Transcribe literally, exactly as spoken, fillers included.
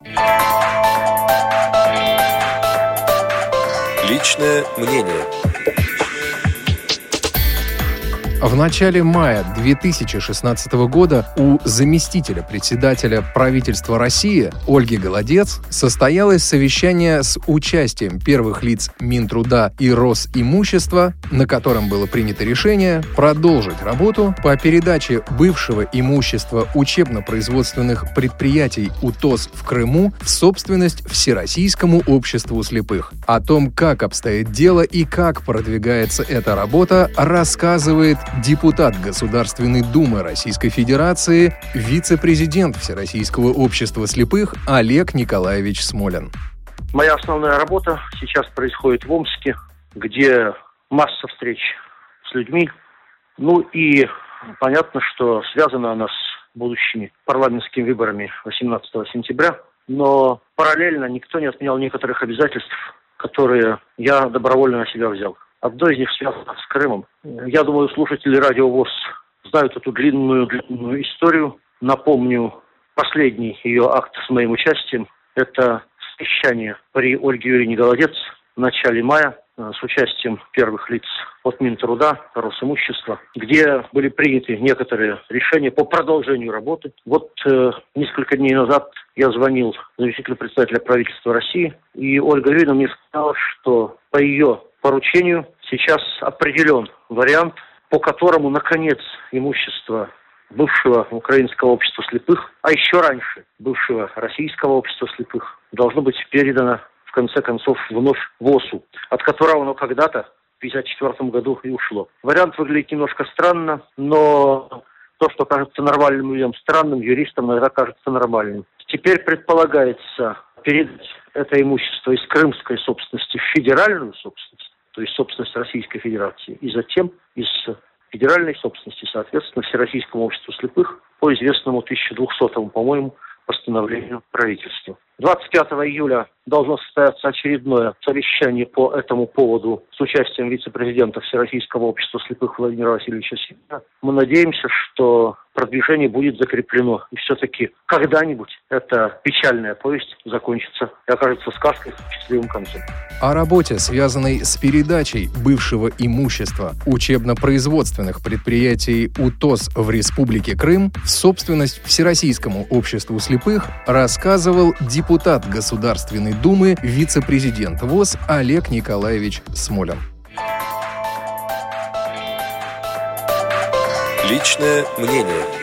Личное мнение. В начале мая две тысячи шестнадцатого года у заместителя председателя правительства России Ольги Голодец состоялось совещание с участием первых лиц Минтруда и Росимущества, на котором было принято решение продолжить работу по передаче бывшего имущества учебно-производственных предприятий УТОС в Крыму в собственность Всероссийскому обществу слепых. О том, как обстоит дело и как продвигается эта работа, рассказывает депутат Государственной Думы Российской Федерации, вице-президент Всероссийского общества слепых Олег Николаевич Смолин. Моя основная работа сейчас происходит в Омске, где масса встреч с людьми. Ну и понятно, что связана она с будущими парламентскими выборами восемнадцатого сентября. Но параллельно никто не отменял некоторых обязательств, которые я добровольно на себя взял. Одно из них связано с Крымом. Я думаю, слушатели Радио ВОС знают эту длинную, длинную историю. Напомню, последний ее акт с моим участием – это совещание при Ольге Юрьевне Голодец в начале мая с участием первых лиц от Минтруда, Росимущества, где были приняты некоторые решения по продолжению работы. Вот э, несколько дней назад я звонил заместителю председателя правительства России, и Ольга Юрьевна мне сказала, что по ее поручению сейчас определен вариант, по которому, наконец, имущество бывшего украинского общества слепых, а еще раньше бывшего российского общества слепых, должно быть передано в конце концов вновь ВОСу, от которого оно когда-то в тысяча девятьсот пятьдесят четвёртом году и ушло. Вариант выглядит немножко странно, но то, что кажется нормальным людям странным, юристам иногда кажется нормальным. Теперь предполагается передать это имущество из крымской собственности в федеральную собственность, то есть собственность Российской Федерации, и затем из федеральной собственности, соответственно, Всероссийскому обществу слепых по известному тысяча двухсотому, по-моему, постановлению правительства. двадцать пятого июля должно состояться очередное совещание по этому поводу с участием вице-президента Всероссийского общества слепых Владимира Васильевича Симона. Мы надеемся, что продвижение будет закреплено. И все-таки когда-нибудь эта печальная повесть закончится и окажется сказкой с счастливым концом. О работе, связанной с передачей бывшего имущества учебно-производственных предприятий УТОС в Республике Крым в собственность Всероссийскому обществу слепых, рассказывал депутат Государственной Думы, вице-президент ВОС Олег Николаевич Смолин. Личное мнение.